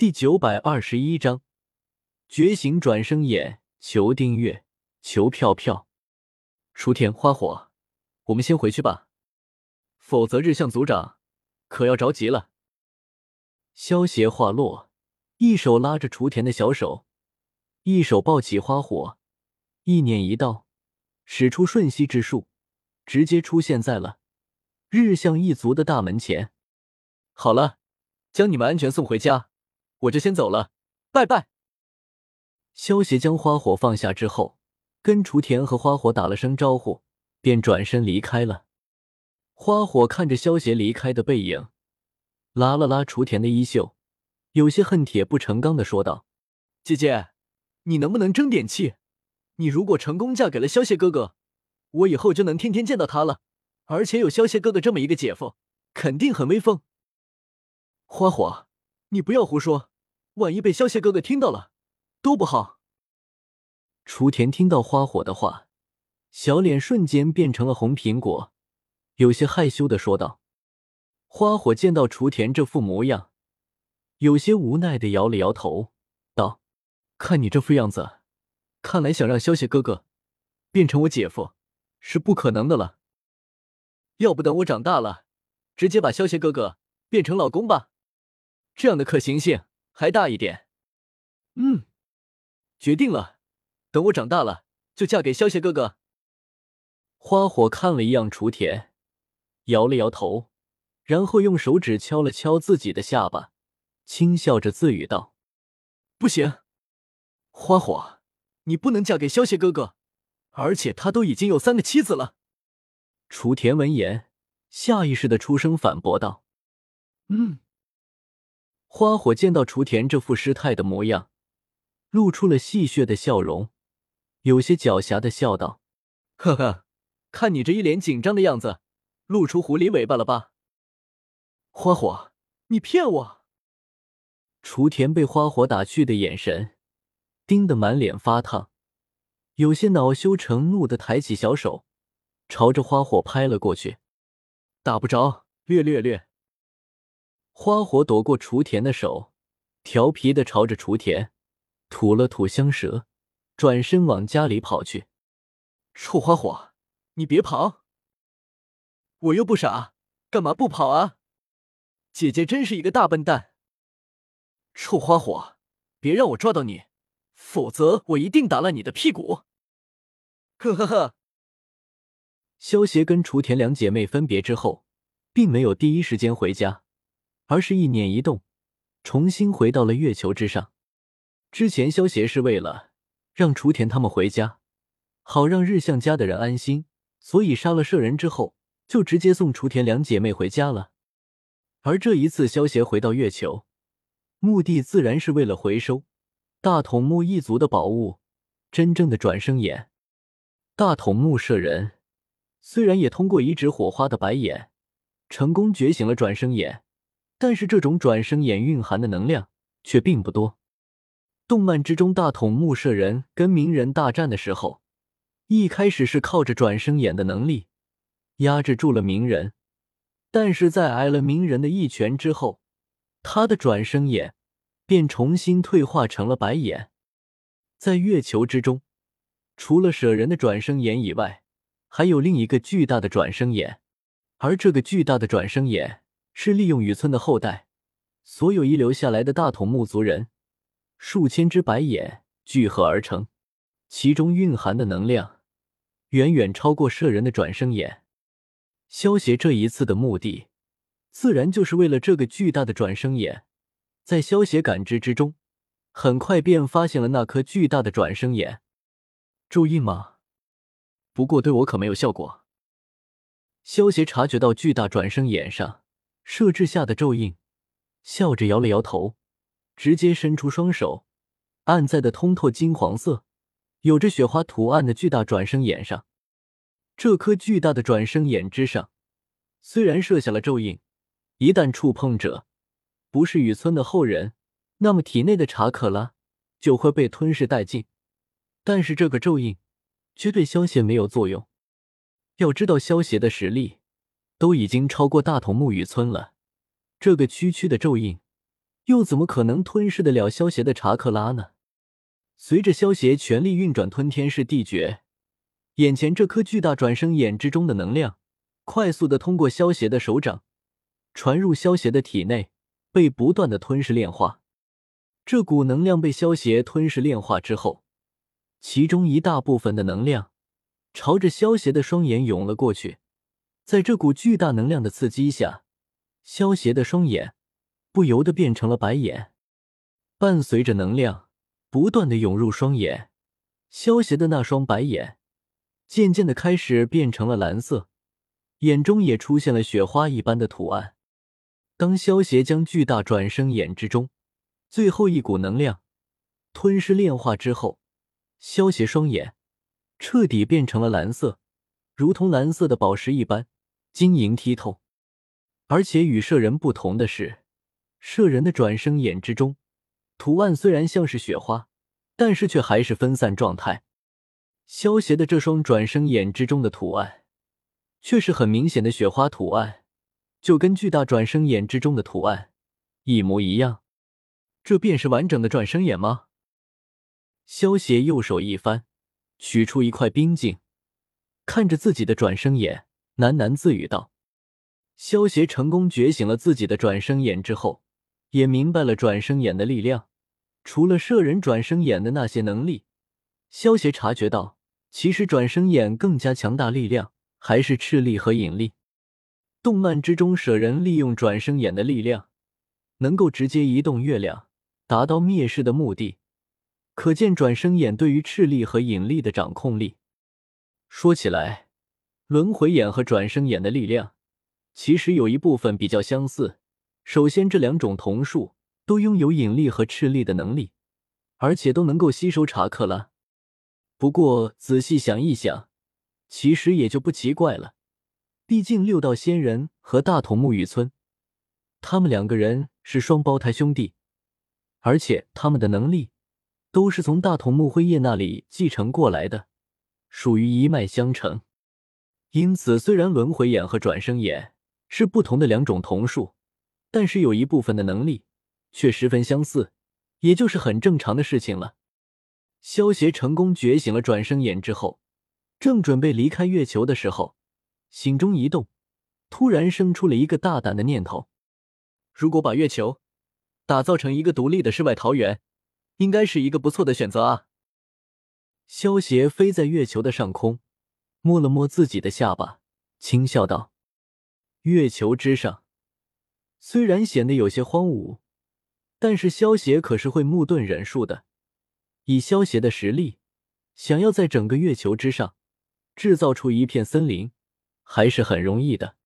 第921章觉醒转生眼，求订阅，求票票。雏田、花火，我们先回去吧，否则日向族长可要着急了。萧协话落，一手拉着雏田的小手，一手抱起花火，意念一道，使出瞬息之术，直接出现在了日向一族的大门前。好了，将你们安全送回家，我就先走了，拜拜。萧协将花火放下之后，跟雏田和花火打了声招呼，便转身离开了。花火看着萧协离开的背影，拉了拉雏田的衣袖，有些恨铁不成钢地说道：姐姐，你能不能争点气？你如果成功嫁给了萧协哥哥，我以后就能天天见到他了，而且有萧协哥哥这么一个姐夫，肯定很威风。花火，你不要胡说，万一被萧协哥哥听到了，多不好。雏田听到花火的话，小脸瞬间变成了红苹果，有些害羞地说道。花火见到雏田这副模样，有些无奈地摇了摇头，道：看你这副样子，看来想让萧协哥哥变成我姐夫是不可能的了。要不等我长大了，直接把萧协哥哥变成老公吧，这样的可行性还大一点。决定了，等我长大了就嫁给萧协哥哥。花火看了一样雏田，摇了摇头，然后用手指敲了敲自己的下巴，轻笑着自语道：不行，花火，你不能嫁给萧协哥哥，而且他都已经有3个妻子了。雏田闻言，下意识地出声反驳道：花火见到雏田这副失态的模样，露出了戏谑的笑容，有些狡黠地笑道：呵呵，看你这一脸紧张的样子，露出狐狸尾巴了吧？花火，你骗我！雏田被花火打去的眼神盯得满脸发烫，有些恼羞成怒地抬起小手，朝着花火拍了过去。打不着，略。花火躲过雏田的手，调皮地朝着雏田吐了吐香舌，转身往家里跑去。臭花火，你别跑！我又不傻，干嘛不跑啊？姐姐真是一个大笨蛋。臭花火，别让我抓到你，否则我一定打烂你的屁股。呵呵呵。萧协跟雏田两姐妹分别之后，并没有第一时间回家，而是一念一动，重新回到了月球之上。之前萧协是为了让雏田他们回家，好让日向家的人安心，所以杀了舍人之后，就直接送雏田两姐妹回家了。而这一次萧协回到月球，目的自然是为了回收大筒木一族的宝物，真正的转生眼。大筒木舍人虽然也通过移植火花的白眼成功觉醒了转生眼，但是这种转生眼蕴含的能量却并不多。动漫之中大筒木舍人跟鸣人大战的时候，一开始是靠着转生眼的能力压制住了鸣人，但是在挨了鸣人的一拳之后，他的转生眼便重新退化成了白眼。在月球之中，除了舍人的转生眼以外，还有另一个巨大的转生眼，而这个巨大的转生眼是利用雨村的后代所有遗留下来的大筒木族人数千只白眼聚合而成，其中蕴含的能量远远超过舍人的转生眼。萧协这一次的目的自然就是为了这个巨大的转生眼，在萧协感知之中，很快便发现了那颗巨大的转生眼。咒印吗？不过对我可没有效果。萧协察觉到巨大转生眼上设置下的咒印，笑着摇了摇头，直接伸出双手按在的通透金黄色有着雪花图案的巨大转生眼上。这颗巨大的转生眼之上虽然设下了咒印，一旦触碰者不是雨村的后人，那么体内的查克拉就会被吞噬殆尽，但是这个咒印却对萧协没有作用。要知道萧协的实力都已经超过大筒木雨村了，这个区区的咒印又怎么可能吞噬得了萧协的查克拉呢？随着萧协全力运转吞天噬地诀，眼前这颗巨大转生眼之中的能量快速地通过萧协的手掌传入萧协的体内，被不断的吞噬炼化。这股能量被萧协吞噬炼化之后，其中一大部分的能量朝着萧协的双眼涌了过去。在这股巨大能量的刺激下，萧协的双眼不由得变成了白眼。伴随着能量不断的涌入双眼，萧协的那双白眼渐渐的开始变成了蓝色，眼中也出现了雪花一般的图案。当萧协将巨大转生眼之中最后一股能量吞噬炼化之后，萧协双眼彻底变成了蓝色，如同蓝色的宝石一般晶莹剔透。而且与摄人不同的是，摄人的转生眼之中图案虽然像是雪花，但是却还是分散状态。萧协的这双转生眼之中的图案却是很明显的雪花图案，就跟巨大转生眼之中的图案一模一样。这便是完整的转生眼吗？萧协右手一翻，取出一块冰镜，看着自己的转生眼，喃喃自语道。萧协成功觉醒了自己的转生眼之后，也明白了转生眼的力量。除了摄人转生眼的那些能力，萧协察觉到其实转生眼更加强大力量还是斥力和引力。动漫之中舍人利用转生眼的力量能够直接移动月亮，达到灭世的目的，可见转生眼对于斥力和引力的掌控力。说起来，轮回眼和转生眼的力量其实有一部分比较相似。首先，这两种瞳术都拥有引力和斥力的能力，而且都能够吸收查克拉。不过仔细想一想，其实也就不奇怪了，毕竟六道仙人和大筒木雨村他们两个人是双胞胎兄弟，而且他们的能力都是从大筒木辉夜那里继承过来的，属于一脉相承。因此虽然轮回眼和转生眼是不同的两种瞳术，但是有一部分的能力却十分相似，也就是很正常的事情了。萧协成功觉醒了转生眼之后，正准备离开月球的时候，心中一动，突然生出了一个大胆的念头。如果把月球打造成一个独立的世外桃源，应该是一个不错的选择啊。萧协飞在月球的上空，摸了摸自己的下巴，轻笑道。月球之上虽然显得有些荒芜，但是萧协可是会木遁忍术的。以萧协的实力，想要在整个月球之上制造出一片森林，还是很容易的。